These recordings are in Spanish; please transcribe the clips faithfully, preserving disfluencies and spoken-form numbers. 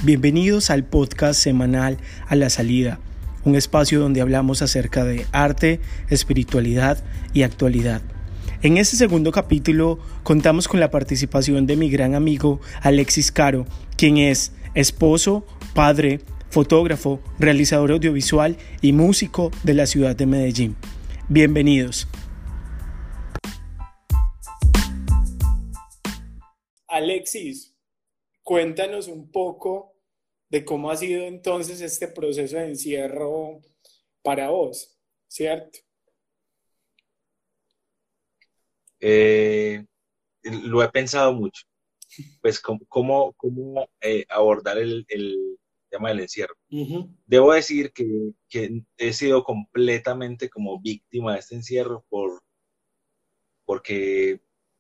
Bienvenidos al podcast semanal A la Salida, un espacio donde hablamos acerca de arte, espiritualidad y actualidad. En este segundo capítulo contamos con la participación de mi gran amigo Alexis Caro, quien es esposo, padre, fotógrafo, realizador audiovisual y músico de la ciudad de Medellín. Bienvenidos. Alexis, cuéntanos un poco de cómo ha sido entonces este proceso de encierro para vos, ¿cierto? Eh, lo he pensado mucho, pues cómo, cómo, cómo eh, abordar el, el tema del encierro. Uh-huh. Debo decir que, que he sido completamente como víctima de este encierro por, porque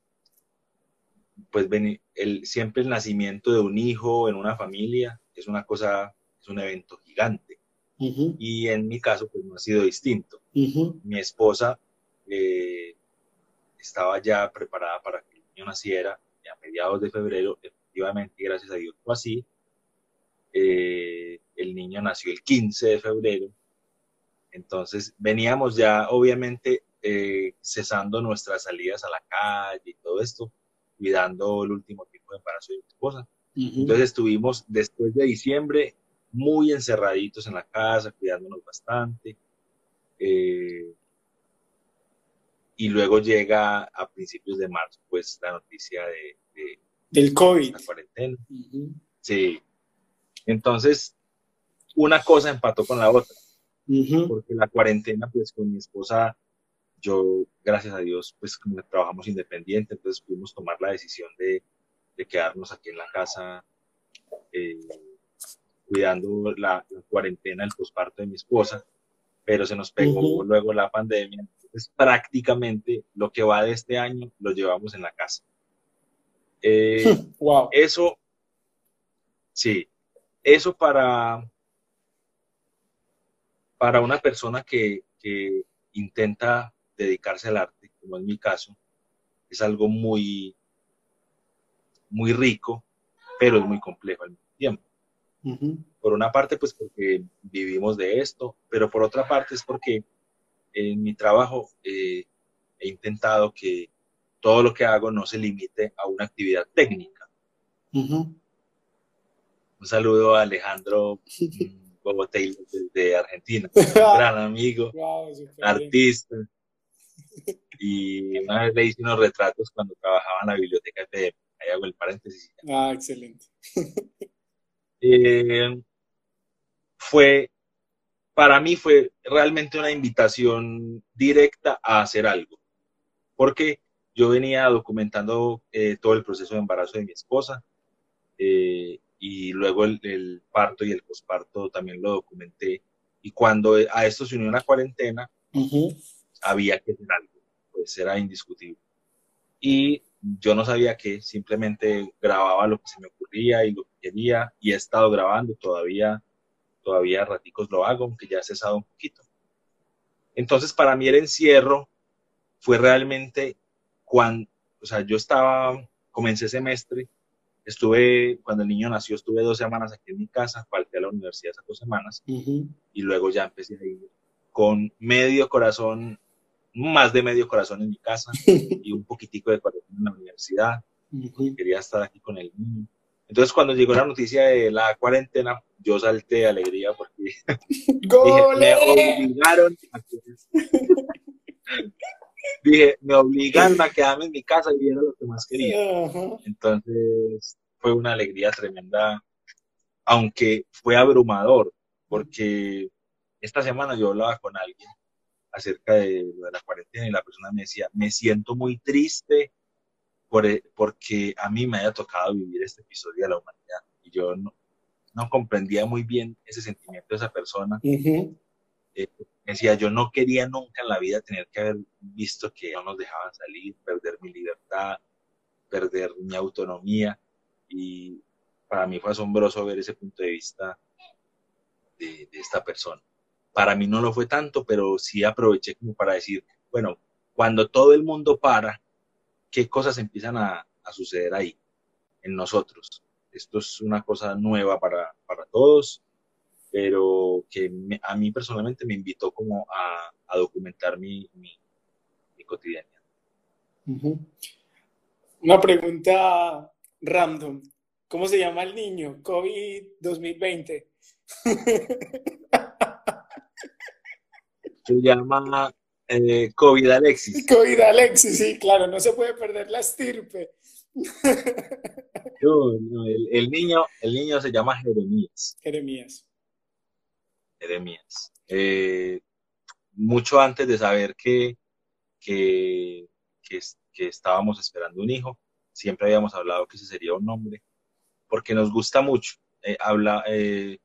pues ven- el, siempre el nacimiento de un hijo en una familia es una cosa, es un evento gigante. Uh-huh. Y en mi caso pues no ha sido distinto. Uh-huh. Mi esposa eh, estaba ya preparada para que el niño naciera a mediados de febrero, efectivamente, gracias a Dios fue así. Eh, el niño nació el quince de febrero, entonces veníamos ya obviamente eh, cesando nuestras salidas a la calle y todo esto, cuidando el último tiempo de embarazo de mi esposa. Uh-huh. Entonces estuvimos después de diciembre muy encerraditos en la casa, cuidándonos bastante. Eh, y luego llega a principios de marzo, pues la noticia de, de, Del COVID. esta cuarentena. Uh-huh. Sí, entonces una cosa empató con la otra, Uh-huh. porque la cuarentena, pues con mi esposa, yo, gracias a Dios, pues como trabajamos independiente, entonces pudimos tomar la decisión de, de quedarnos aquí en la casa, eh, cuidando la, la cuarentena, el posparto de mi esposa, pero se nos pegó Uh-huh. luego la pandemia, entonces prácticamente lo que va de este año lo llevamos en la casa. Eh, Wow. eso, sí, eso para, para una persona que, que intenta dedicarse al arte, como en mi caso, es algo muy, muy rico, pero es muy complejo al mismo tiempo. Uh-huh. Por una parte, pues porque vivimos de esto, pero por otra parte es porque en mi trabajo eh, he intentado que todo lo que hago no se limite a una actividad técnica. Uh-huh. Un saludo a Alejandro Bogoteil desde Argentina, un gran amigo, Wow, súper bien. artista, y una vez le hice unos retratos cuando trabajaba en la biblioteca F D M. Ahí hago el paréntesis. Ah, excelente. Eh, fue, para mí fue realmente una invitación directa a hacer algo, porque yo venía documentando eh, todo el proceso de embarazo de mi esposa, eh, y luego el, el parto y el posparto también lo documenté, y cuando a esto se unió una cuarentena, Uh-huh. había que hacer algo, pues era indiscutible. Y yo no sabía qué, simplemente grababa lo que se me ocurría y lo que quería, y he estado grabando, todavía, todavía a raticos lo hago, aunque ya he cesado un poquito. Entonces, para mí el encierro fue realmente cuando, o sea, yo estaba, comencé semestre, estuve, cuando el niño nació, estuve dos semanas aquí en mi casa, falté a la universidad esas dos semanas, Uh-huh. y luego ya empecé a ir con medio corazón, más de medio corazón en mi casa, y un poquitico de corazón en la universidad, porque Uh-huh. quería estar aquí con el niño. Entonces, cuando llegó la noticia de la cuarentena, yo salté de alegría porque dije, me ¡Gole! obligaron a que dije, me obligaron a quedarme en mi casa y era lo que más quería. Uh-huh. Entonces, fue una alegría tremenda, aunque fue abrumador, porque esta semana yo hablaba con alguien acerca de lo de la cuarentena y la persona me decía, me siento muy triste por, porque a mí me haya tocado vivir este episodio de la humanidad. Y yo no, no comprendía muy bien ese sentimiento de esa persona. Uh-huh. Eh, decía, yo no quería nunca en la vida tener que haber visto que no nos dejaban salir, perder mi libertad, perder mi autonomía. Y para mí fue asombroso ver ese punto de vista de, de esta persona. Para mí no lo fue tanto, pero sí aproveché como para decir, bueno, cuando todo el mundo para, ¿qué cosas empiezan a, a suceder ahí, en nosotros? esto es una cosa nueva para, para todos, pero que me, a mí personalmente me invitó como a, a documentar mi, mi, mi cotidianidad. Ujú. Una pregunta random. ¿Cómo se llama el niño? COVID dos mil veinte. Se llama eh, COVID Alexis. COVID Alexis, sí, claro, no se puede perder la estirpe. No, no, el, el niño, el niño se llama Jeremías. Jeremías. Jeremías. Eh, mucho antes de saber que, que, que, que estábamos esperando un hijo, siempre habíamos hablado que ese sería un nombre, porque nos gusta mucho. Eh, habla, eh,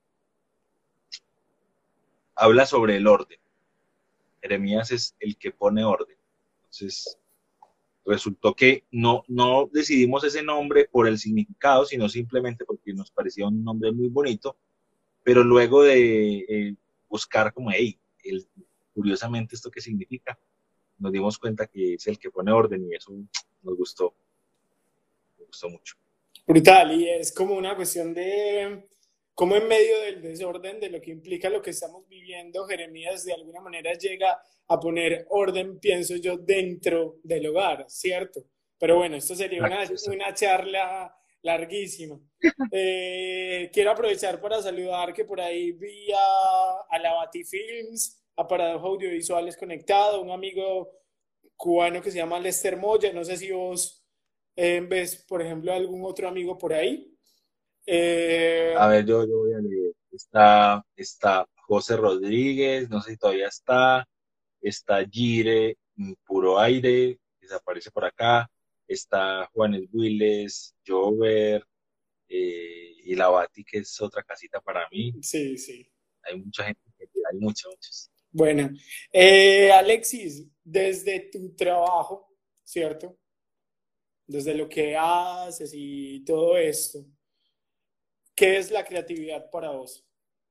habla sobre el orden. Jeremías es el que pone orden. Entonces, resultó que no, no decidimos ese nombre por el significado, sino simplemente porque nos parecía un nombre muy bonito, pero luego de eh, buscar como, hey, el, curiosamente esto qué significa, nos dimos cuenta que es el que pone orden y eso nos gustó, nos gustó mucho. Brutal, y es como una cuestión de cómo en medio del desorden, de lo que implica lo que estamos viviendo, Jeremías de alguna manera llega a poner orden, pienso yo, dentro del hogar, ¿cierto? Pero bueno, esto sería una, Exacto, exacto. una charla larguísima. Eh, quiero aprovechar para saludar que por ahí vi a, a la Batifilms, a Paradoja Audiovisuales Conectado, un amigo cubano que se llama Lester Moya, no sé si vos eh, ves, por ejemplo, algún otro amigo por ahí. Eh, A ver, yo, yo voy a leer. Está, está José Rodríguez, no sé si todavía está, está Gire mm, Puro Aire, que se aparece por acá, está Juanes Willes, Jover, eh, y la Bati, que es otra casita para mí. sí, sí. Hay mucha gente, hay muchos, muchos. Bueno, eh, Alexis, desde tu trabajo, ¿cierto? Desde lo que haces y todo esto, ¿qué es la creatividad para vos?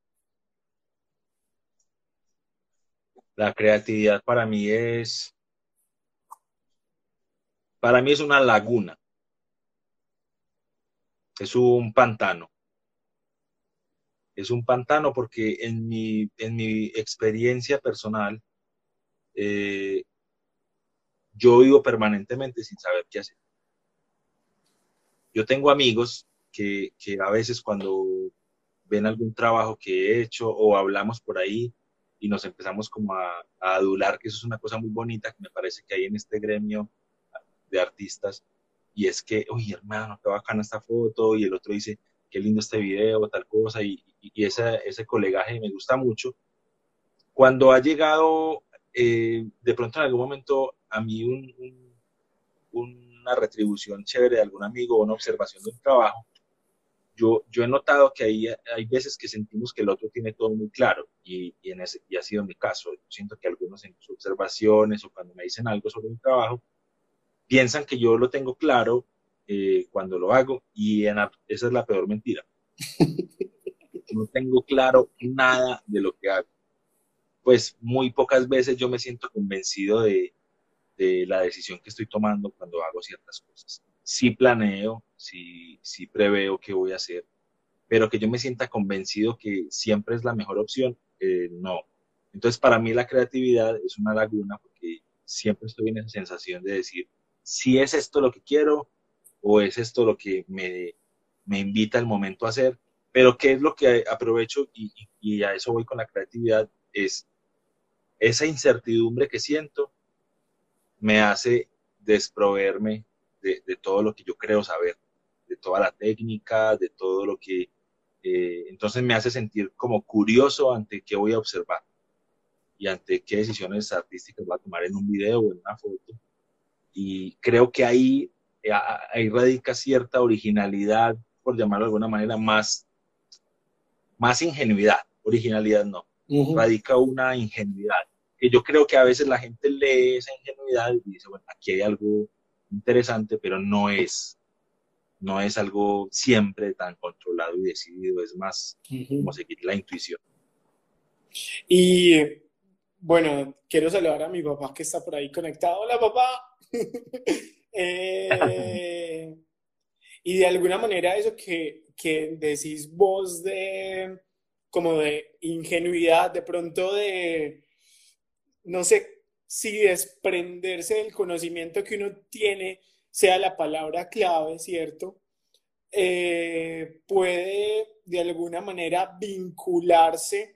La creatividad para mí es, para mí es una laguna, es un pantano. Es un pantano porque en mi, en mi experiencia personal, eh, yo vivo permanentemente sin saber qué hacer. Yo tengo amigos que, que a veces cuando ven algún trabajo que he hecho o hablamos por ahí y nos empezamos como a, a adular, que eso es una cosa muy bonita que me parece que hay en este gremio de artistas, y es que, uy, hermano, qué bacana esta foto, y el otro dice, qué lindo este video, tal cosa, y, y, y ese, ese colegaje me gusta mucho. Cuando ha llegado, eh, de pronto en algún momento, a mí un, un, una retribución chévere de algún amigo o una observación de un trabajo, yo, yo he notado que hay, hay veces que sentimos que el otro tiene todo muy claro y, y, en ese, y ha sido mi caso. Yo siento que algunos en sus observaciones o cuando me dicen algo sobre un trabajo, piensan que yo lo tengo claro eh, cuando lo hago y en, esa es la peor mentira. No tengo claro nada de lo que hago. Pues muy pocas veces yo me siento convencido de, de la decisión que estoy tomando cuando hago ciertas cosas. Sí planeo, sí, sí preveo qué voy a hacer, pero que yo me sienta convencido que siempre es la mejor opción, eh, no. Entonces, para mí la creatividad es una laguna porque siempre estoy en esa sensación de decir, si es esto lo que quiero o es esto lo que me, me invita el momento a hacer, pero qué es lo que aprovecho y, y, y a eso voy con la creatividad, es esa incertidumbre que siento me hace desproveerme de, de, todo lo que yo creo saber, de toda la técnica, de todo lo que... Eh, entonces me hace sentir como curioso ante qué voy a observar y ante qué decisiones artísticas voy a tomar en un video o en una foto. Y creo que ahí, eh, ahí radica cierta originalidad, por llamarlo de alguna manera, más, más ingenuidad, originalidad no, Uh -huh. radica una ingenuidad, que yo creo que a veces la gente lee esa ingenuidad y dice, bueno, aquí hay algo interesante, pero no es, no es algo siempre tan controlado y decidido, es más Uh -huh. como seguir la intuición. Y bueno, quiero saludar a mi papá que está por ahí conectado. Hola, papá. eh, Y de alguna manera eso que, que decís vos de como de ingenuidad, de pronto de, no sé si desprenderse del conocimiento que uno tiene sea la palabra clave, ¿cierto? Eh, puede de alguna manera vincularse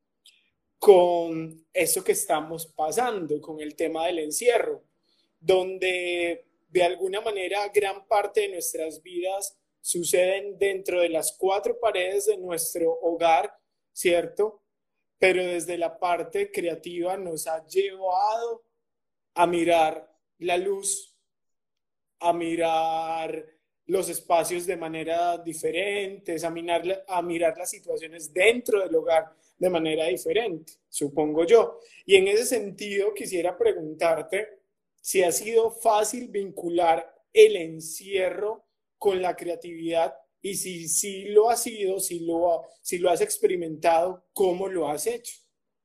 con eso que estamos pasando, con el tema del encierro, donde de alguna manera gran parte de nuestras vidas suceden dentro de las cuatro paredes de nuestro hogar, ¿cierto? Pero desde la parte creativa nos ha llevado a mirar la luz, a mirar los espacios de manera diferentes, a mirar, a mirar las situaciones dentro del hogar de manera diferente, supongo yo. Y en ese sentido quisiera preguntarte si ha sido fácil vincular el encierro con la creatividad y si, si lo ha sido, si lo, si lo has experimentado, ¿cómo lo has hecho?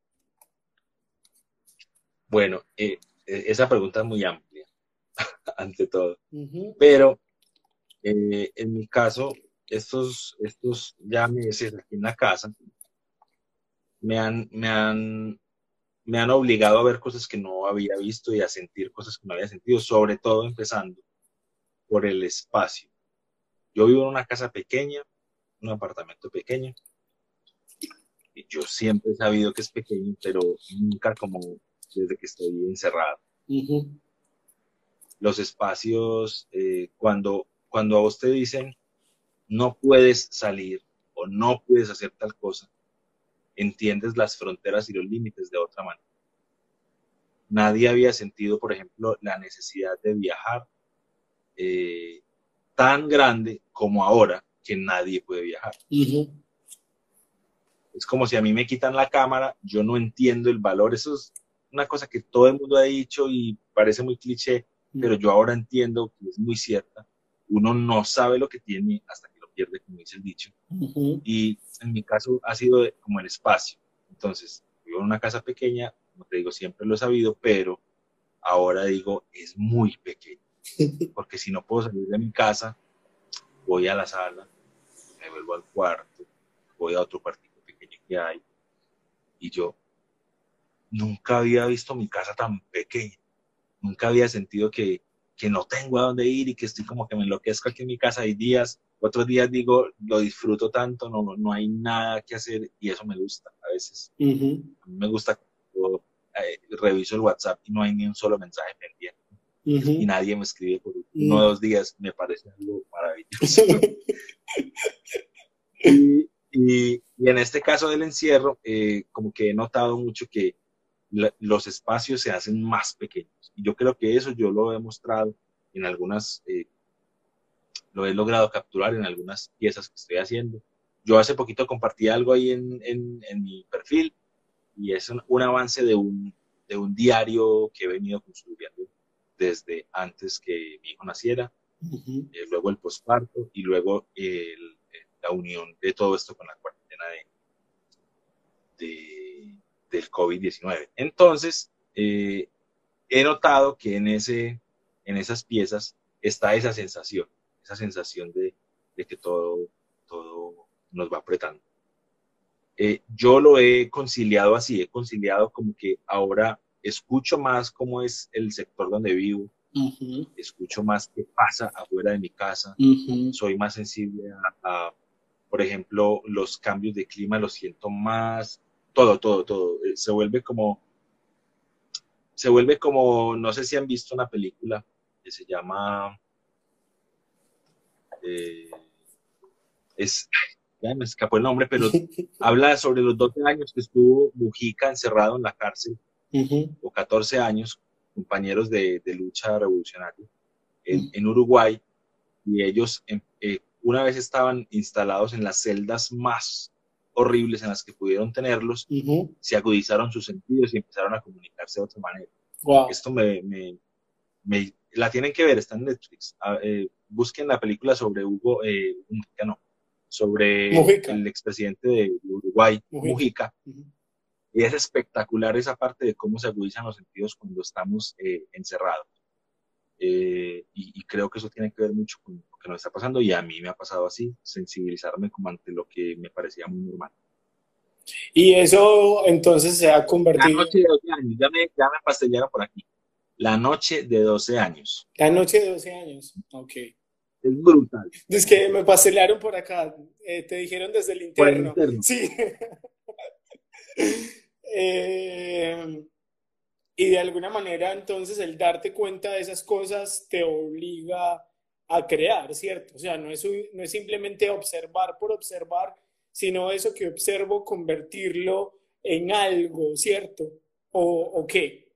Bueno, eh, eh, esa pregunta es muy amplia, ante todo. Uh -huh. Pero eh, en mi caso, estos, estos ya meses aquí en la casa me han, me han, me han obligado a ver cosas que no había visto y a sentir cosas que no había sentido, sobre todo empezando por el espacio. Yo vivo en una casa pequeña, un apartamento pequeño, y yo siempre he sabido que es pequeño, pero nunca como desde que estoy encerrado. Uh -huh. Los espacios, eh, cuando, cuando a vos te dicen no puedes salir o no puedes hacer tal cosa, entiendes las fronteras y los límites de otra manera. Nadie había sentido, por ejemplo, la necesidad de viajar eh, tan grande como ahora que nadie puede viajar. Uh-huh. Es como si a mí me quitan la cámara, yo no entiendo el valor. Eso es una cosa que todo el mundo ha dicho y parece muy cliché, uh-huh. pero yo ahora entiendo que es muy cierta. Uno no sabe lo que tiene hasta que lo pierde, como dice el dicho. Uh-huh. Y en mi caso ha sido como el espacio. Entonces, vivo en una casa pequeña, como te digo, siempre lo he sabido, pero ahora digo, es muy pequeño. Porque si no puedo salir de mi casa, voy a la sala, me vuelvo al cuarto, voy a otro cuartito pequeño que hay, y yo nunca había visto mi casa tan pequeña, nunca había sentido que, que no tengo a dónde ir y que estoy como que me enloquezco aquí en mi casa. Hay días, otros días digo, lo disfruto tanto, no, no hay nada que hacer y eso me gusta a veces. Uh-huh. A mí me gusta cuando eh, reviso el WhatsApp y no hay ni un solo mensaje pendiente. Uh-huh. Y nadie me escribe por uno o uh-huh. dos días, me parece algo maravilloso. y, y, y en este caso del encierro, eh, como que he notado mucho que la, los espacios se hacen más pequeños. Y yo creo que eso yo lo he mostrado en algunas, eh, lo he logrado capturar en algunas piezas que estoy haciendo. Yo hace poquito compartí algo ahí en, en, en mi perfil y es un, un avance de un, de un diario que he venido construyendo desde antes que mi hijo naciera, uh-huh. eh, luego el posparto y luego el, la unión de todo esto con la cuarentena de, de, del COVID diecinueve. Entonces, eh, he notado que en, ese, en esas piezas está esa sensación, esa sensación de, de que todo, todo nos va apretando. Eh, yo lo he conciliado así, he conciliado como que ahora escucho más cómo es el sector donde vivo, uh-huh. escucho más qué pasa afuera de mi casa, uh-huh. soy más sensible a, a, por ejemplo, los cambios de clima, los siento más, todo, todo, todo, se vuelve como, se vuelve como, no sé si han visto una película que se llama, eh, es... ya me escapó el nombre, pero habla sobre los doce años que estuvo Mujica encerrado en la cárcel, uh-huh. o catorce años, compañeros de, de lucha revolucionaria en, uh-huh. en Uruguay, y ellos eh, una vez estaban instalados en las celdas más horribles en las que pudieron tenerlos, uh-huh. se agudizaron sus sentidos y empezaron a comunicarse de otra manera. Wow. Esto me, me, me, la tienen que ver, está en Netflix. Ah, eh, busquen la película sobre Hugo, eh, Mujica, no, sobre Mujica. El expresidente de Uruguay, Mujica. Mujica. Uh-huh. Y es espectacular esa parte de cómo se agudizan los sentidos cuando estamos eh, encerrados. eh, y, y creo que eso tiene que ver mucho con lo que nos está pasando y a mí me ha pasado así, sensibilizarme como ante lo que me parecía muy normal. Y eso entonces se ha La convertido. noche de doce años, ya me, ya me pastellaron por aquí. La noche de doce años. La noche de doce años. Ok. Es brutal. Es que me pastelaron por acá. Eh, te dijeron desde el Por el interno. interno. Sí. eh, y de alguna manera, entonces, el darte cuenta de esas cosas te obliga a crear, ¿cierto? O sea, no es, un- no es simplemente observar por observar, sino eso que observo, convertirlo en algo, ¿cierto? ¿O, o qué?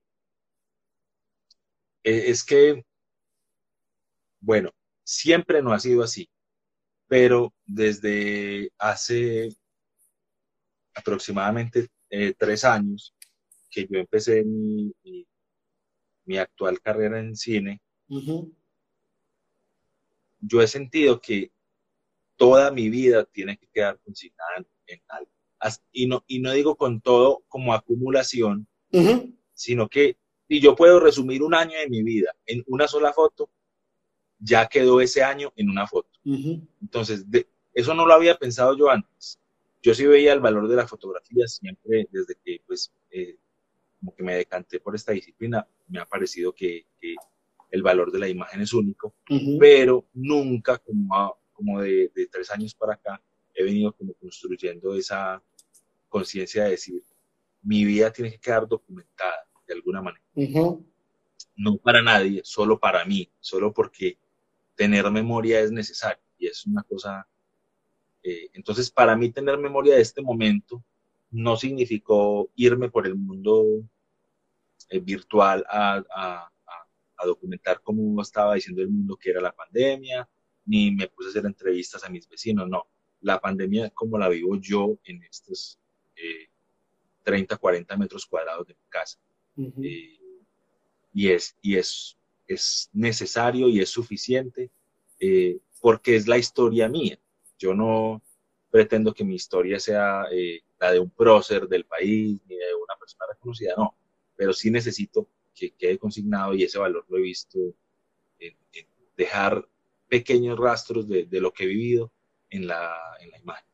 Eh, es que, bueno, siempre no ha sido así, pero desde hace aproximadamente eh, tres años que yo empecé mi, mi, mi actual carrera en cine, Ujú, yo he sentido que toda mi vida tiene que quedar consignada en, en algo. As- Y no, y no digo con todo como acumulación, ujú, sino que si yo puedo resumir un año de mi vida en una sola foto, ya quedó ese año en una foto. ujú, Entonces, de, eso no lo había pensado yo antes. Yo sí veía el valor de la fotografía siempre desde que, pues, eh, como que me decanté por esta disciplina, me ha parecido que, que el valor de la imagen es único, ujú, pero nunca, como, a- como de, de tres años para acá, he venido como construyendo esa conciencia de decir, mi vida tiene que quedar documentada de alguna manera. ujú. No para nadie, solo para mí, solo porque tener memoria es necesario y es una cosa. Eh, entonces, para mí tener memoria de este momento no significó irme por el mundo eh, virtual a, a, a, a documentar cómo estaba diciendo el mundo que era la pandemia, ni me puse a hacer entrevistas a mis vecinos, no. La pandemia como la vivo yo en estos eh, treinta, cuarenta metros cuadrados de mi casa. Ujú. Eh, y es, y es, es necesario y es suficiente eh, porque es la historia mía. Yo no pretendo que mi historia sea eh, la de un prócer del país ni de una persona reconocida, no, pero sí necesito que quede consignado y ese valor lo he visto en, en dejar pequeños rastros de, de, lo que he vivido en la, en la imagen.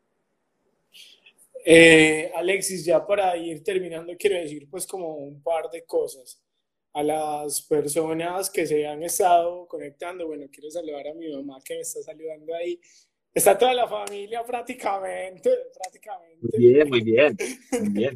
Eh, Alexis, ya para ir terminando, quiero decir pues como un par de cosas a las personas que se han estado conectando. Bueno, quiero saludar a mi mamá que me está saludando ahí. Está toda la familia prácticamente, Muy prácticamente. bien, muy bien, muy bien.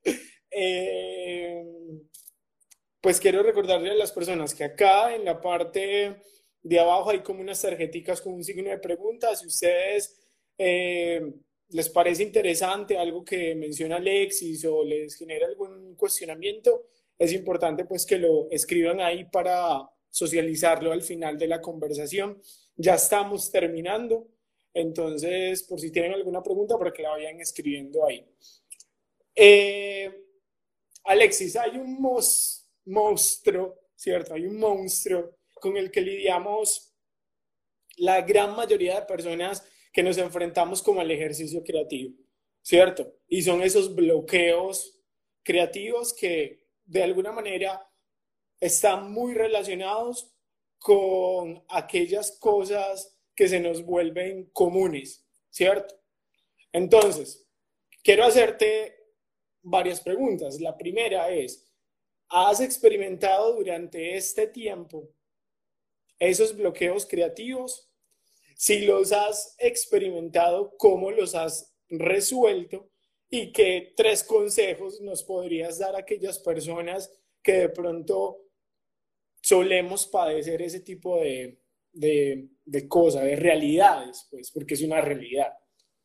Eh, pues quiero recordarle a las personas que acá en la parte de abajo hay como unas tarjeticas con un signo de preguntas. Si ustedes eh, les parece interesante algo que menciona Alexis o les genera algún cuestionamiento, es importante pues que lo escriban ahí para socializarlo al final de la conversación. Ya estamos terminando, entonces por si tienen alguna pregunta, para que la vayan escribiendo ahí. Eh, Alexis, hay un mos monstruo, ¿cierto? Hay un monstruo con el que lidiamos la gran mayoría de personas que nos enfrentamos como al ejercicio creativo, ¿cierto? Y son esos bloqueos creativos que de alguna manera están muy relacionados con aquellas cosas que se nos vuelven comunes, ¿cierto? Entonces, quiero hacerte varias preguntas. La primera es, ¿has experimentado durante este tiempo esos bloqueos creativos? Si los has experimentado, ¿cómo los has resuelto? ¿Y qué tres consejos nos podrías dar a aquellas personas que de pronto solemos padecer ese tipo de, de, de cosas, de realidades, pues, porque es una realidad?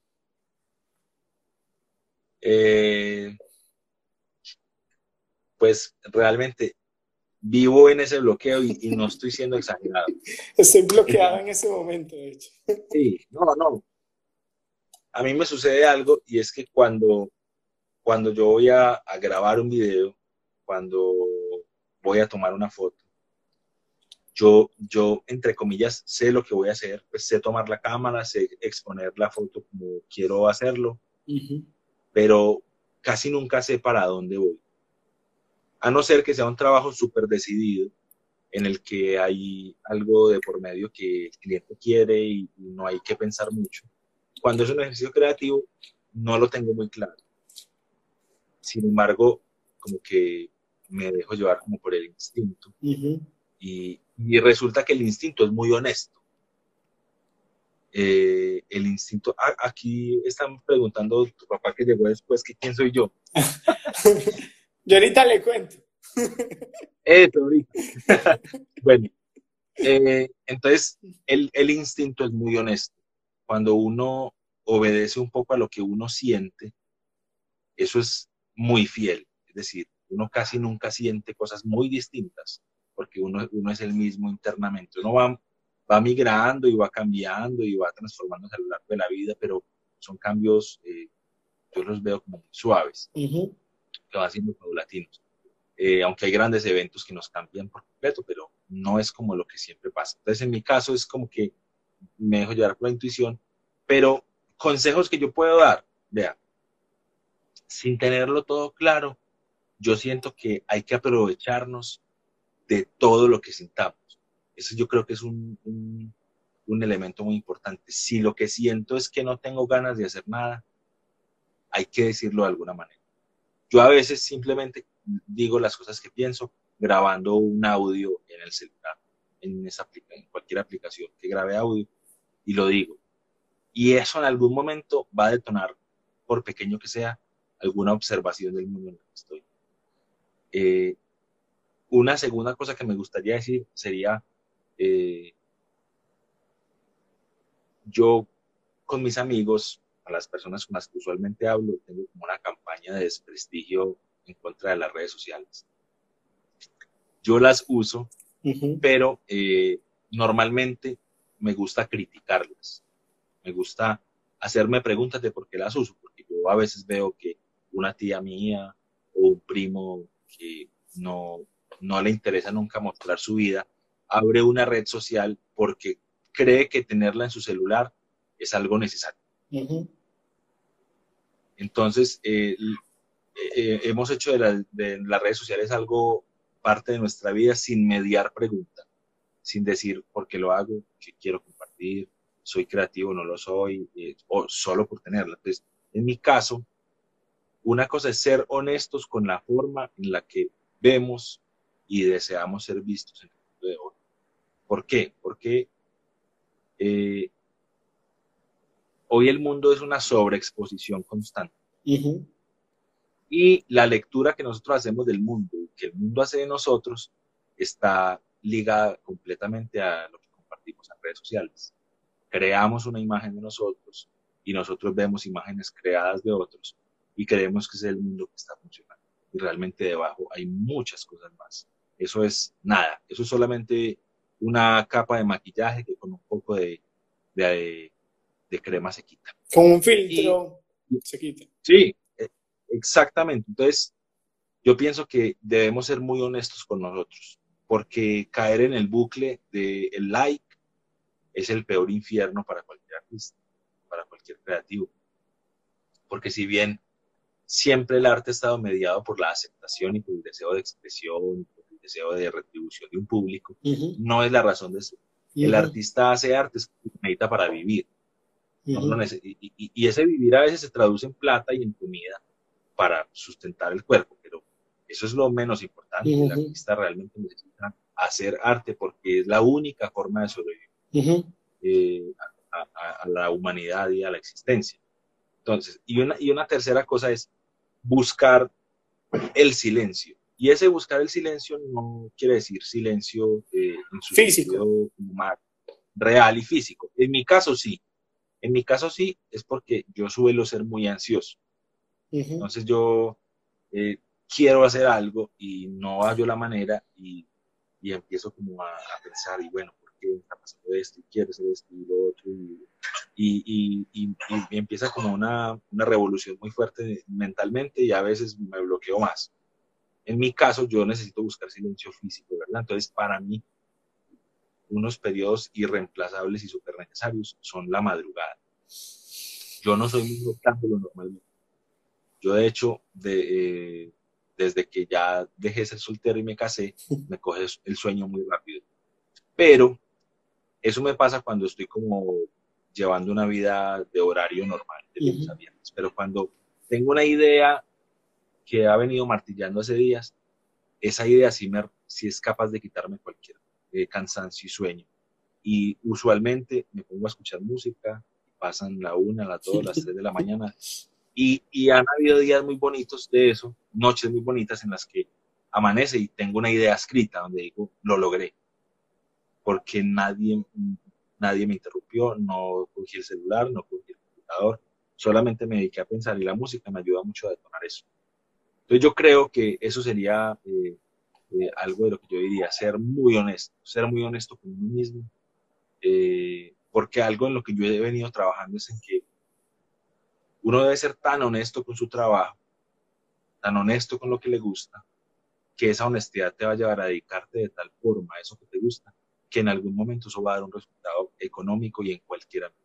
Eh, pues realmente vivo en ese bloqueo y, y no estoy siendo exagerado. Estoy bloqueado en ese momento, de hecho. Sí, no, no. A mí me sucede algo y es que cuando, cuando yo voy a, a grabar un video, cuando voy a tomar una foto, yo, yo, entre comillas, sé lo que voy a hacer, pues sé tomar la cámara, sé exponer la foto como quiero hacerlo, Uh -huh. pero casi nunca sé para dónde voy. A no ser que sea un trabajo súper decidido, en el que hay algo de por medio que el cliente quiere y, y no hay que pensar mucho. Cuando es un ejercicio creativo, no lo tengo muy claro. Sin embargo, como que me dejo llevar como por el instinto. Ujú. Y, y resulta que el instinto es muy honesto. Eh, el instinto, ah, aquí están preguntando tu papá que llegó después, que quién soy yo. Yo ahorita le cuento. Eso, ahorita. Bueno, eh, entonces el, el instinto es muy honesto. Cuando uno obedece un poco a lo que uno siente, eso es muy fiel. Es decir, uno casi nunca siente cosas muy distintas, porque uno, uno es el mismo internamente. Uno va, va migrando y va cambiando y va transformándose a lo largo de la vida, pero son cambios, eh, yo los veo como muy suaves, Ujú. que van siendo paulatinos. Eh, aunque hay grandes eventos que nos cambian por completo, pero no es como lo que siempre pasa. Entonces, en mi caso es como que me dejo llevar por la intuición, pero consejos que yo puedo dar, vea, sin tenerlo todo claro, yo siento que hay que aprovecharnos de todo lo que sintamos. Eso yo creo que es un, un, un elemento muy importante. Si lo que siento es que no tengo ganas de hacer nada, hay que decirlo de alguna manera. Yo a veces simplemente digo las cosas que pienso grabando un audio en el celular, en, esa, en cualquier aplicación que grabe audio, y lo digo. Y eso en algún momento va a detonar, por pequeño que sea, alguna observación del mundo en el que estoy. Eh, una segunda cosa que me gustaría decir sería, eh, yo con mis amigos, a las personas con las que usualmente hablo, tengo como una campaña de desprestigio en contra de las redes sociales. Yo las uso, Ujú. pero eh, normalmente me gusta criticarlas. Me gusta hacerme preguntas de por qué las uso, porque yo a veces veo que una tía mía o un primo que no, no le interesa nunca mostrar su vida, abre una red social porque cree que tenerla en su celular es algo necesario. Ujú. Entonces, eh, eh, hemos hecho de, la, de, las redes sociales algo parte de nuestra vida sin mediar pregunta, sin decir por qué lo hago, qué quiero compartir, soy creativo, no lo soy, eh, o solo por tenerla. Entonces, en mi caso, una cosa es ser honestos con la forma en la que vemos y deseamos ser vistos en el mundo de hoy. ¿Por qué? Porque eh, hoy el mundo es una sobreexposición constante. Ujú. Y la lectura que nosotros hacemos del mundo, que el mundo hace de nosotros, está ligada completamente a lo que compartimos en redes sociales. Creamos una imagen de nosotros y nosotros vemos imágenes creadas de otros y creemos que es el mundo que está funcionando. Y realmente debajo hay muchas cosas más. Eso es nada, eso es solamente una capa de maquillaje que con un poco de, de, de crema se quita. Con un Y filtro se quita. sí, exactamente. Entonces, yo pienso que debemos ser muy honestos con nosotros, porque caer en el bucle del de like es el peor infierno para cualquier artista, para cualquier creativo. Porque si bien siempre el arte ha estado mediado por la aceptación y por el deseo de expresión, por el deseo de retribución de un público, Ujú. no es la razón de eso. El Ujú. artista hace arte, es que necesita para vivir. No lo Ujú. y, y, y ese vivir a veces se traduce en plata y en comida para sustentar el cuerpo, pero eso es lo menos importante. El Ujú. artista realmente necesita hacer arte porque es la única forma de sobrevivir Ujú. eh, a, a, a, la humanidad y a la existencia. Entonces, y una, y una tercera cosa es buscar el silencio. Y ese buscar el silencio no quiere decir silencio eh, en su Físico. sentido más real y físico. En mi caso sí. En mi caso sí, es porque yo suelo ser muy ansioso. Ujú. Entonces yo eh, quiero hacer algo y no hallo la manera y, y empiezo como a, a, pensar, y bueno, ¿por qué está pasando esto? Y quiero hacer esto y lo otro. Y, y, y, y empieza como una, una revolución muy fuerte mentalmente y a veces me bloqueo más. En mi caso, yo necesito buscar silencio físico, ¿verdad? Entonces, para mí, unos periodos irreemplazables y súper necesarios son la madrugada. Yo no soy muy noctámbulo normalmente. Yo, de hecho, de, eh, desde que ya dejé de ser soltero y me casé, me coge el sueño muy rápido. Pero eso me pasa cuando estoy como llevando una vida de horario normal, de lunes a Ujú. viernes. Pero cuando tengo una idea que ha venido martillando hace días, esa idea sí, me, sí es capaz de quitarme cualquier eh, cansancio y sueño. Y usualmente me pongo a escuchar música, pasan la una, las dos, las tres de la mañana, y, y han habido días muy bonitos de eso, noches muy bonitas en las que amanece y tengo una idea escrita donde digo, lo logré, porque nadie, nadie me interrumpió, no cogí el celular, no cogí el computador, solamente me dediqué a pensar y la música me ayuda mucho a detonar eso. Entonces yo creo que eso sería eh, eh, algo de lo que yo diría, ser muy honesto, ser muy honesto con uno mismo, eh, porque algo en lo que yo he venido trabajando es en que uno debe ser tan honesto con su trabajo, tan honesto con lo que le gusta, que esa honestidad te va a llevar a dedicarte de tal forma a eso que te gusta, que en algún momento eso va a dar un resultado económico y en cualquier ámbito.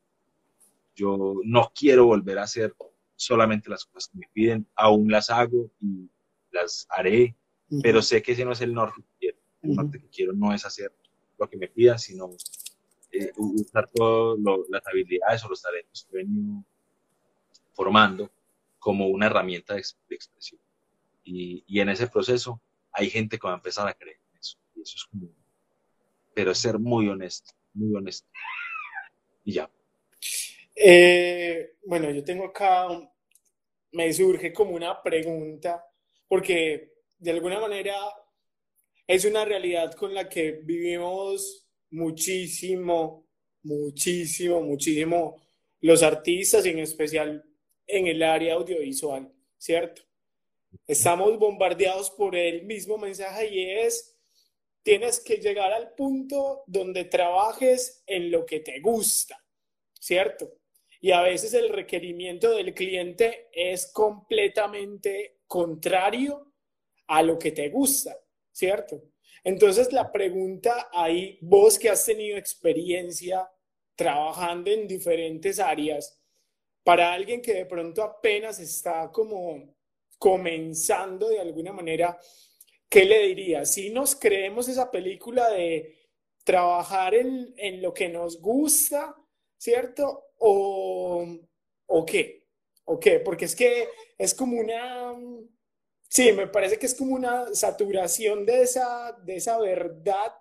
Yo no quiero volver a hacer solamente las cosas que me piden, aún las hago y las haré, pero Ujú. sé que ese no es el norte que quiero. El Ujú. norte que quiero no es hacer lo que me pidan, sino eh, usar todas las habilidades o los talentos que he venido formando como una herramienta de, de expresión. Y, y, en ese proceso hay gente que va a empezar a creer en eso. Y eso es como, pero es ser muy honesto, muy honesto. Y ya. Eh, bueno, yo tengo acá, me surge como una pregunta, porque de alguna manera es una realidad con la que vivimos muchísimo, muchísimo, muchísimo los artistas y en especial en el área audiovisual, ¿cierto? Estamos bombardeados por el mismo mensaje y es, tienes que llegar al punto donde trabajes en lo que te gusta, ¿cierto? Y a veces el requerimiento del cliente es completamente contrario a lo que te gusta, ¿cierto? Entonces la pregunta ahí, vos que has tenido experiencia trabajando en diferentes áreas, para alguien que de pronto apenas está como comenzando de alguna manera, ¿qué le diría? Si nos creemos esa película de trabajar en, en lo que nos gusta, ¿cierto? ¿O, o qué? ¿O qué? Porque es que es como una... Sí, me parece que es como una saturación de esa, de esa verdad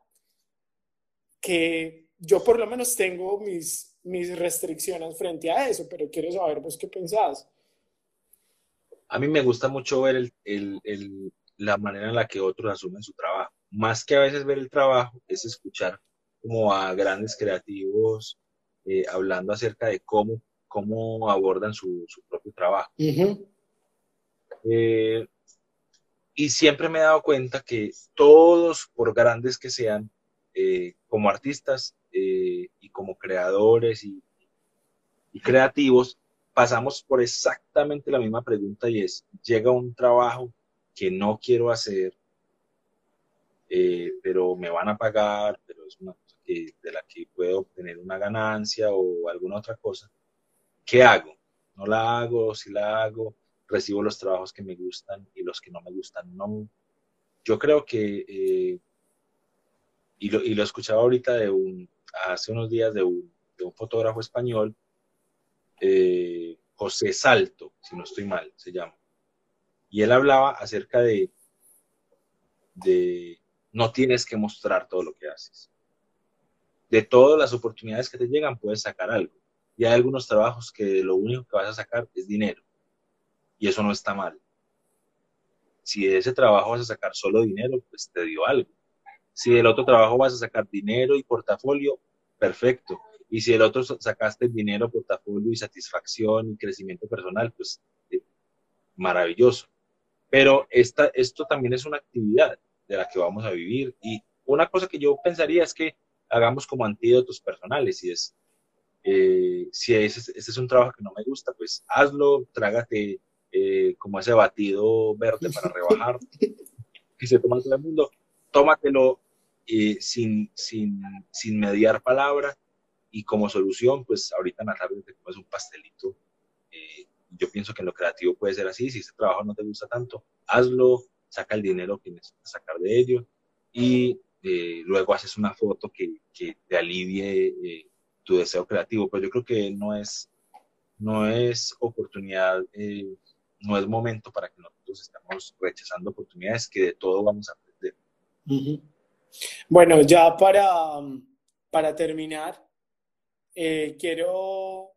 que yo por lo menos tengo mis, mis restricciones frente a eso, pero quiero saber vos qué pensás. A mí me gusta mucho ver el, el, el, la manera en la que otros asumen su trabajo. Más que a veces ver el trabajo, es escuchar como a grandes creativos eh, hablando acerca de cómo, cómo abordan su, su propio trabajo. Uh -huh. Eh, y siempre me he dado cuenta que todos, por grandes que sean, eh, como artistas eh, y como creadores y, y creativos, pasamos por exactamente la misma pregunta y es, llega un trabajo que no quiero hacer, eh, pero me van a pagar, pero es una cosa que, de la que puedo obtener una ganancia o alguna otra cosa. ¿Qué hago? ¿No la hago? ¿Si la hago? ¿Recibo los trabajos que me gustan y los que no me gustan no? Yo creo que, eh, y, lo, y lo escuchaba ahorita de un, hace unos días de un, de un fotógrafo español, eh, José Salto, si no estoy mal, se llama. Y él hablaba acerca de, de no tienes que mostrar todo lo que haces. De todas las oportunidades que te llegan puedes sacar algo. Y hay algunos trabajos que lo único que vas a sacar es dinero. Y eso no está mal. Si de ese trabajo vas a sacar solo dinero, pues te dio algo. Si del otro trabajo vas a sacar dinero y portafolio, perfecto. Y si del otro sacaste dinero, portafolio y satisfacción y crecimiento personal, pues eh, maravilloso. Pero esta, esto también es una actividad de la que vamos a vivir. Y una cosa que yo pensaría es que hagamos como antídotos personales. Y es, eh, si ese, ese, es un trabajo que no me gusta, pues hazlo, trágate eh, como ese batido verde para rebajar que se toma todo el mundo, tómatelo eh, sin, sin, sin mediar palabra y como solución, pues ahorita en la tarde te comes un pastelito eh, yo pienso que en lo creativo puede ser así. Si ese trabajo no te gusta tanto, hazlo, saca el dinero que necesitas sacar de ello y eh, luego haces una foto que, que te alivie eh, tu deseo creativo. Pero yo creo que no es, no es oportunidad, eh, no es momento para que nosotros estemos rechazando oportunidades, que de todo vamos a aprender. Ujú. Bueno, ya para, para terminar, eh, quiero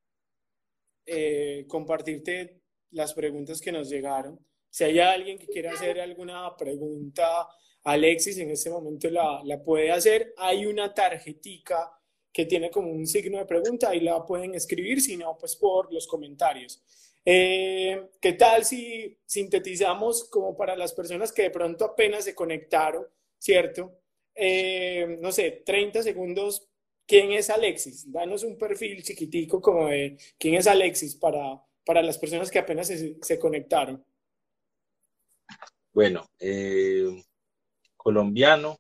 eh, compartirte las preguntas que nos llegaron. Si hay alguien que quiera hacer alguna pregunta, Alexis en este momento la, la puede hacer. Hay una tarjetica que tiene como un signo de pregunta y la pueden escribir, si no, pues por los comentarios. Eh, ¿Qué tal si sintetizamos como para las personas que de pronto apenas se conectaron, ¿cierto? Eh, no sé, treinta segundos. ¿Quién es Alexis? Danos un perfil chiquitico como de quién es Alexis para, para las personas que apenas se, se conectaron. Bueno, eh, colombiano,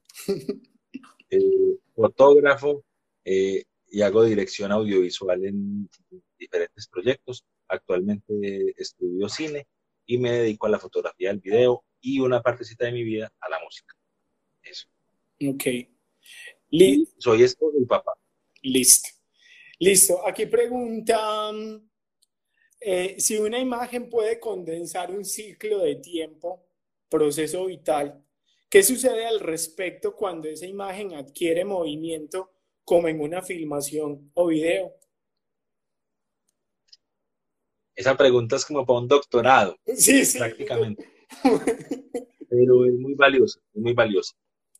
eh, fotógrafo eh, y hago dirección audiovisual en diferentes proyectos. Actualmente estudio cine y me dedico a la fotografía del video y una partecita de mi vida a la música. Eso. Ok. Y Li- soy esposo y papá. Listo. Listo. Aquí preguntan eh, si una imagen puede condensar un ciclo de tiempo, proceso vital, ¿qué sucede al respecto cuando esa imagen adquiere movimiento como en una filmación o video? Esa pregunta es como para un doctorado, Sí, sí. prácticamente, pero es muy valiosa, es muy valiosa.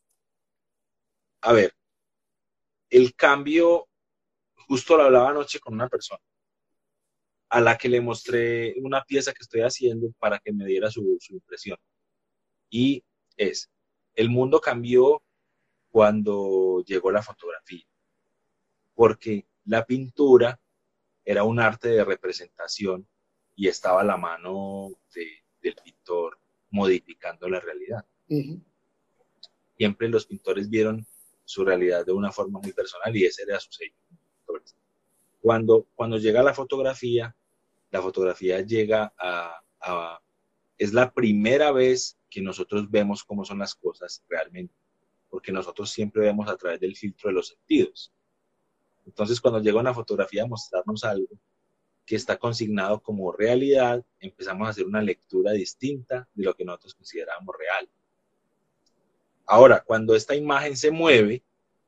A ver, el cambio, justo lo hablaba anoche con una persona a la que le mostré una pieza que estoy haciendo para que me diera su, su impresión. Y es, el mundo cambió cuando llegó la fotografía, porque la pintura era un arte de representación y estaba a la mano de, del pintor modificando la realidad. Uh-huh. Siempre los pintores vieron su realidad de una forma muy personal y ese era su sello. Cuando, cuando llega la fotografía, la fotografía llega a, a, es la primera vez que nosotros vemos cómo son las cosas realmente, porque nosotros siempre vemos a través del filtro de los sentidos. Entonces, cuando llega una fotografía a mostrarnos algo que está consignado como realidad, empezamos a hacer una lectura distinta de lo que nosotros considerábamos real. Ahora, cuando esta imagen se mueve,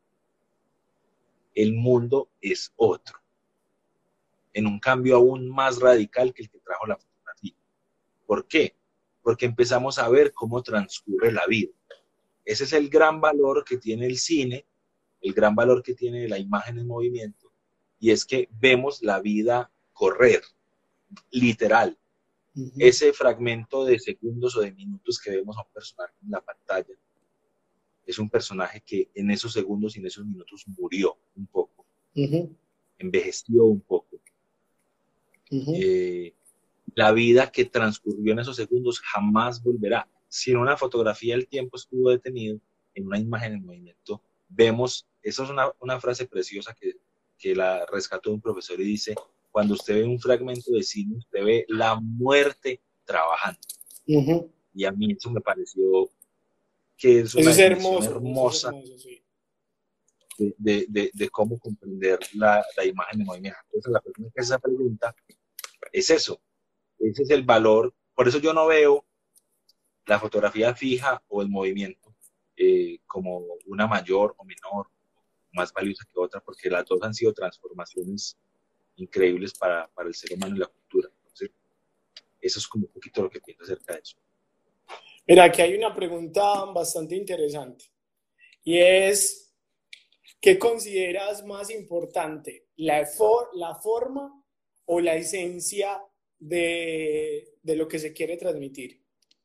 el mundo es otro, en un cambio aún más radical que el que trajo la fotografía. ¿Por qué? Porque empezamos a ver cómo transcurre la vida. Ese es el gran valor que tiene el cine, el gran valor que tiene la imagen en movimiento, y es que vemos la vida correr, literal. Uh-huh. Ese fragmento de segundos o de minutos que vemos a un personaje en la pantalla, es un personaje que en esos segundos y en esos minutos murió un poco, uh-huh. envejeció un poco. Uh-huh. Eh, la vida que transcurrió en esos segundos jamás volverá. Si en una fotografía el tiempo estuvo detenido, en una imagen en movimiento, vemos, esa es una, una frase preciosa que, que la rescató un profesor y dice, cuando usted ve un fragmento de cine, usted ve la muerte trabajando. Uh-huh. Y a mí eso me pareció que es una eso es definición hermoso, hermosa eso es hermoso, sí. de, de, de, de cómo comprender la, la imagen de movimiento. Entonces, la persona que hace esa pregunta es eso. Ese es el valor. Por eso yo no veo la fotografía fija o el movimiento eh, como una mayor o menor, más valiosa que otra, porque las dos han sido transformaciones increíbles para, para el ser humano y la cultura. Entonces, eso es como un poquito lo que pienso acerca de eso. Mira, aquí hay una pregunta bastante interesante y es, ¿qué consideras más importante? ¿La, for la forma o la esencia de, de lo que se quiere transmitir?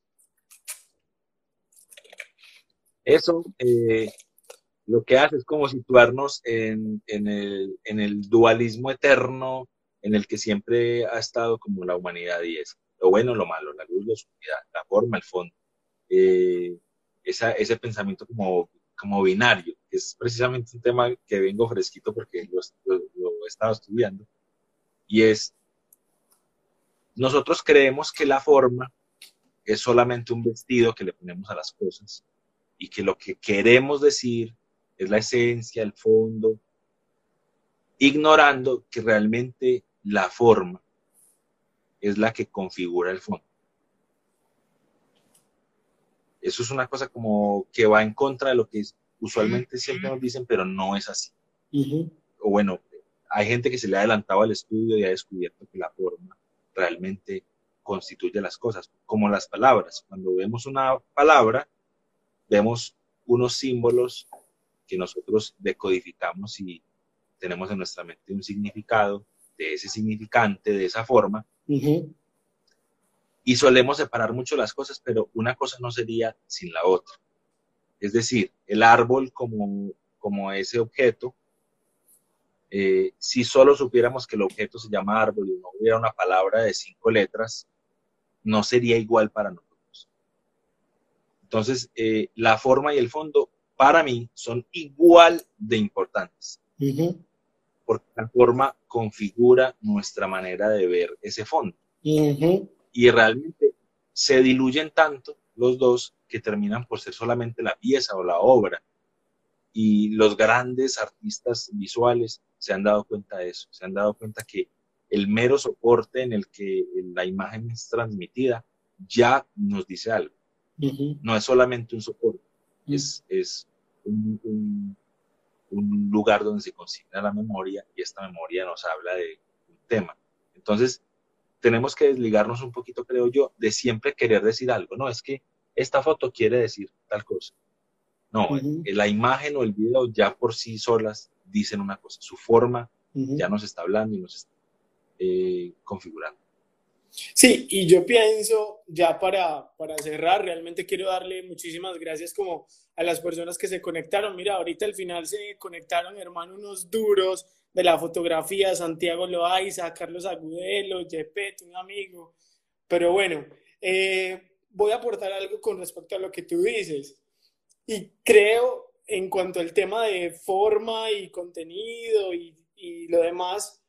Eso eh, lo que hace es como situarnos en, en, el, en el dualismo eterno en el que siempre ha estado como la humanidad y es lo bueno, lo malo, la luz, la oscuridad, la forma, el fondo. Eh, esa, ese pensamiento como, como binario, que es precisamente un tema que vengo fresquito porque lo, lo, lo he estado estudiando, y es nosotros creemos que la forma es solamente un vestido que le ponemos a las cosas y que lo que queremos decir es la esencia, el fondo, ignorando que realmente la forma es la que configura el fondo. Eso es una cosa como que va en contra de lo que es, usualmente siempre nos dicen, pero no es así. Uh-huh. O bueno, hay gente que se le ha adelantado al estudio y ha descubierto que la forma realmente constituye las cosas, como las palabras. Cuando vemos una palabra, vemos unos símbolos que nosotros decodificamos y tenemos en nuestra mente un significado de ese significante, de esa forma. Uh-huh. Y solemos separar mucho las cosas, pero una cosa no sería sin la otra. Es decir, el árbol como, como ese objeto, eh, si solo supiéramos que el objeto se llama árbol y no hubiera una palabra de cinco letras, no sería igual para nosotros. Entonces, eh, la forma y el fondo, para mí, son igual de importantes. Uh-huh. Porque la forma configura nuestra manera de ver ese fondo. Uh-huh. Y realmente se diluyen tanto los dos que terminan por ser solamente la pieza o la obra. Y los grandes artistas visuales se han dado cuenta de eso, se han dado cuenta que el mero soporte en el que la imagen es transmitida ya nos dice algo. Uh-huh. No es solamente un soporte, uh-huh. es, es un, un, un lugar donde se consigna la memoria y esta memoria nos habla de un tema. Entonces, tenemos que desligarnos un poquito, creo yo, de siempre querer decir algo. No, es que esta foto quiere decir tal cosa. No, uh-huh. la imagen o el video ya por sí solas dicen una cosa. Su forma uh-huh. ya nos está hablando y nos está eh, configurando. Sí, y yo pienso, ya para, para cerrar, realmente quiero darle muchísimas gracias como a las personas que se conectaron. Mira, ahorita al final se conectaron, hermano, unos duros de la fotografía, Santiago Loaiza, Carlos Agudelo, Yepet, un amigo. Pero bueno, eh, voy a aportar algo con respecto a lo que tú dices. Y creo, en cuanto al tema de forma y contenido y, y lo demás,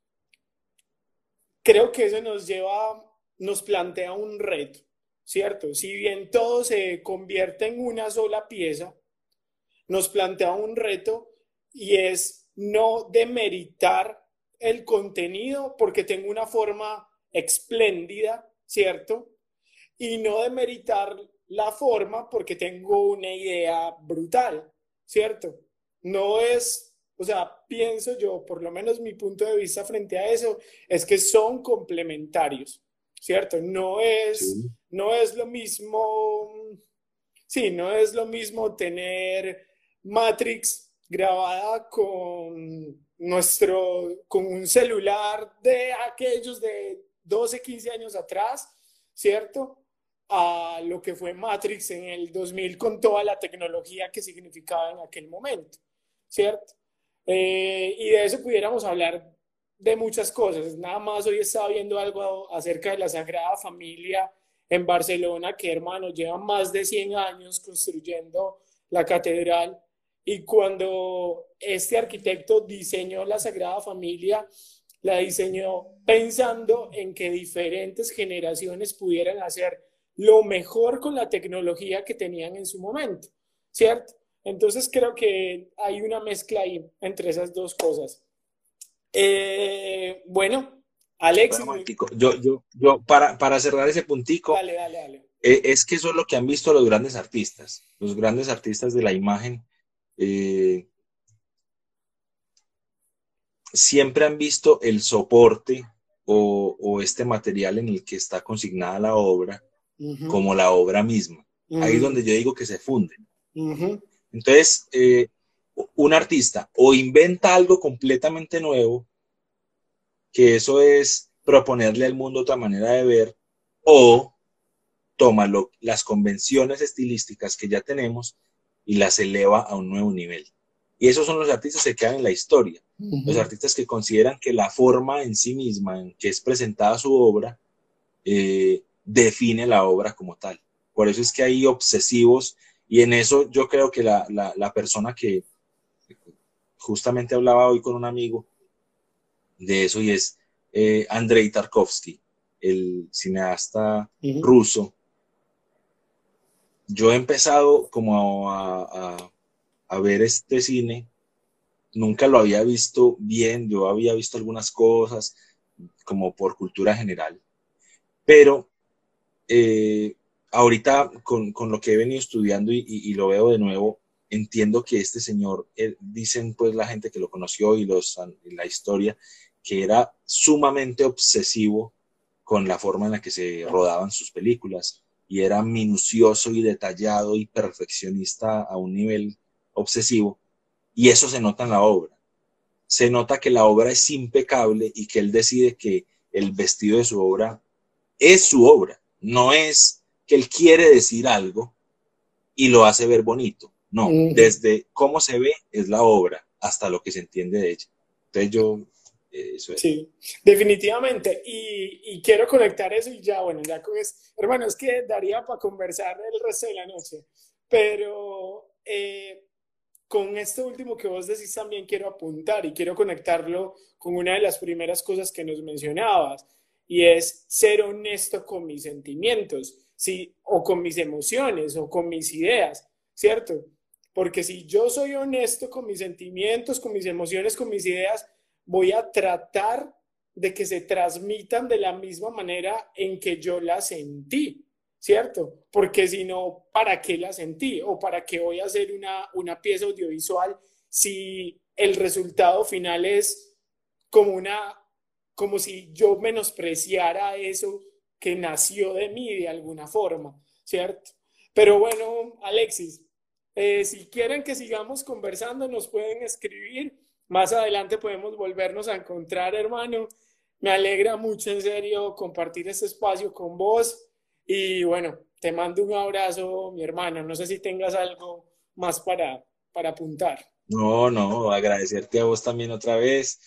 creo que eso nos lleva, nos plantea un reto, ¿cierto? Si bien todo se convierte en una sola pieza, nos plantea un reto y es no demeritar el contenido porque tengo una forma espléndida, ¿cierto? Y no demeritar la forma porque tengo una idea brutal, ¿cierto? No es, o sea, pienso yo, por lo menos mi punto de vista frente a eso, es que son complementarios, ¿cierto? No es, sí. no es lo mismo, sí, no es lo mismo tener Matrix grabada con nuestro, con un celular de aquellos de doce, quince años atrás, ¿cierto? A lo que fue Matrix en el dos mil con toda la tecnología que significaba en aquel momento, ¿cierto? Eh, y de eso pudiéramos hablar de muchas cosas. Nada más hoy estaba viendo algo acerca de la Sagrada Familia en Barcelona, que, hermano, llevan más de cien años construyendo la catedral, y cuando este arquitecto diseñó la Sagrada Familia, la diseñó pensando en que diferentes generaciones pudieran hacer lo mejor con la tecnología que tenían en su momento, ¿cierto? Entonces creo que hay una mezcla ahí entre esas dos cosas. Eh, bueno, Alex. Bueno, yo, yo, yo para, para cerrar ese puntico, dale, dale, dale. Eh, es que eso es lo que han visto los grandes artistas, los grandes artistas de la imagen. Eh, siempre han visto el soporte o, o este material en el que está consignada la obra uh-huh. como la obra misma. Uh-huh. Ahí es donde yo digo que se funden. Uh-huh. Entonces, eh, un artista o inventa algo completamente nuevo, que eso es proponerle al mundo otra manera de ver, o toma lo, las convenciones estilísticas que ya tenemos y las eleva a un nuevo nivel. Y esos son los artistas que quedan en la historia. Uh-huh. Los artistas que consideran que la forma en sí misma en que es presentada su obra eh, define la obra como tal. Por eso es que hay obsesivos, y en eso yo creo que la, la, la persona que justamente hablaba hoy con un amigo de eso, y es eh, Andrei Tarkovsky. el cineasta uh-huh. ruso, yo he empezado como a, a, a ver este cine. Nunca lo había visto bien, yo había visto algunas cosas como por cultura general, pero eh, ahorita con, con lo que he venido estudiando y, y, y lo veo de nuevo, entiendo que este señor, eh, dicen pues la gente que lo conoció y los, la historia, que era sumamente obsesivo con la forma en la que se rodaban sus películas y era minucioso y detallado y perfeccionista a un nivel obsesivo, y eso se nota en la obra. Se nota que la obra es impecable y que él decide que el vestido de su obra es su obra, no es que él quiere decir algo y lo hace ver bonito. No, uh-huh. Desde cómo se ve es la obra hasta lo que se entiende de ella. Entonces yo, eh, eso es. Sí, definitivamente. Y, y quiero conectar eso y ya, bueno, ya con eso. Hermano, es que daría para conversar el resto de la noche. Pero eh, con esto último que vos decís también quiero apuntar y quiero conectarlo con una de las primeras cosas que nos mencionabas. Y es ser honesto con mis sentimientos, ¿sí? O con mis emociones o con mis ideas, ¿cierto? Porque si yo soy honesto con mis sentimientos, con mis emociones, con mis ideas, voy a tratar de que se transmitan de la misma manera en que yo las sentí, ¿cierto? Porque si no, ¿para qué las sentí? ¿O para qué voy a hacer una, una pieza audiovisual si el resultado final es como una... como si yo menospreciara eso que nació de mí de alguna forma, ¿cierto? Pero bueno, Alexis, eh, si quieren que sigamos conversando, nos pueden escribir. Más adelante podemos volvernos a encontrar, hermano. Me alegra mucho, en serio, compartir este espacio con vos. Y bueno, te mando un abrazo, mi hermano. No sé si tengas algo más para, para apuntar. No, no, agradecerte a vos también otra vez.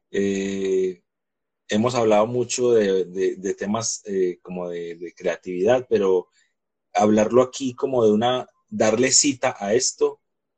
Eh... Hemos hablado mucho de, de, de temas eh, como de, de creatividad, pero hablarlo aquí como de una, darle cita a esto,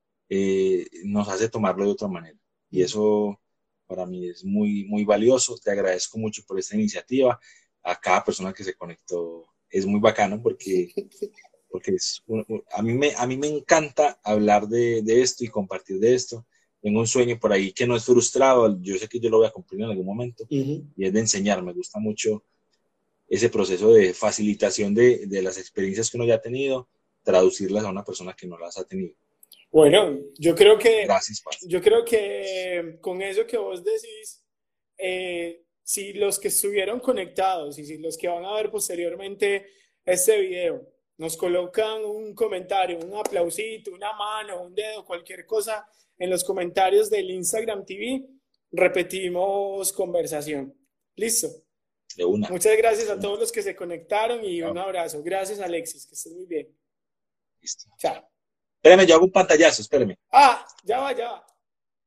eh, nos hace tomarlo de otra manera. Y eso para mí es muy, muy valioso. Te agradezco mucho por esta iniciativa. A cada persona que se conectó es muy bacano porque, porque es, a, mí me, a mí me encanta hablar de, de esto y compartir de esto. Tengo un sueño por ahí que no es frustrado, yo sé que yo lo voy a cumplir en algún momento, uh-huh. Y es de enseñar. Me gusta mucho ese proceso de facilitación de, de las experiencias que uno ya ha tenido, traducirlas a una persona que no las ha tenido. Bueno, yo creo que, Gracias, Paz. Yo creo que con eso que vos decís, eh, si los que estuvieron conectados y si los que van a ver posteriormente este video nos colocan un comentario, un aplausito, una mano, un dedo, cualquier cosa, en los comentarios del Instagram T V, repetimos conversación. ¿Listo? De una. Muchas gracias a todos los que se conectaron y un abrazo. Gracias, Alexis, que estés muy bien. Listo. Chao. Espérame, yo hago un pantallazo, espérame. Ah, ya va, ya va.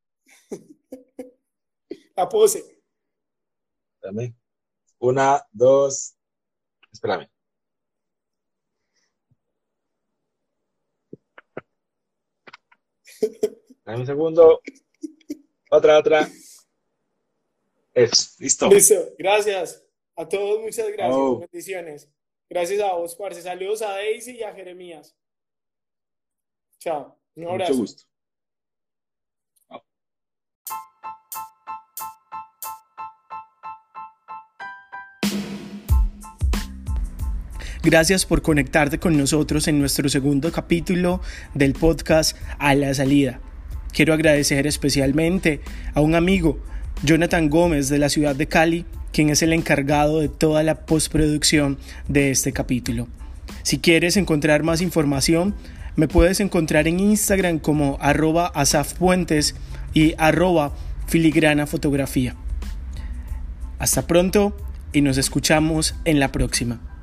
La pose. Espérame. Una, dos. Espérame. Dame un segundo. Otra, otra. Es, listo. Listo. Gracias. A todos, muchas gracias. Oh. Bendiciones. Gracias a vos, parce. Saludos a Daisy y a Jeremías. Chao. Un abrazo. Mucho gusto. Oh. Gracias por conectarte con nosotros en nuestro segundo capítulo del podcast A la Salida. Quiero agradecer especialmente a un amigo, Jonathan Gómez, de la ciudad de Cali, quien es el encargado de toda la postproducción de este capítulo. Si quieres encontrar más información, me puedes encontrar en Instagram como arroba asafpuentes y arroba filigranafotografía. Hasta pronto y nos escuchamos en la próxima.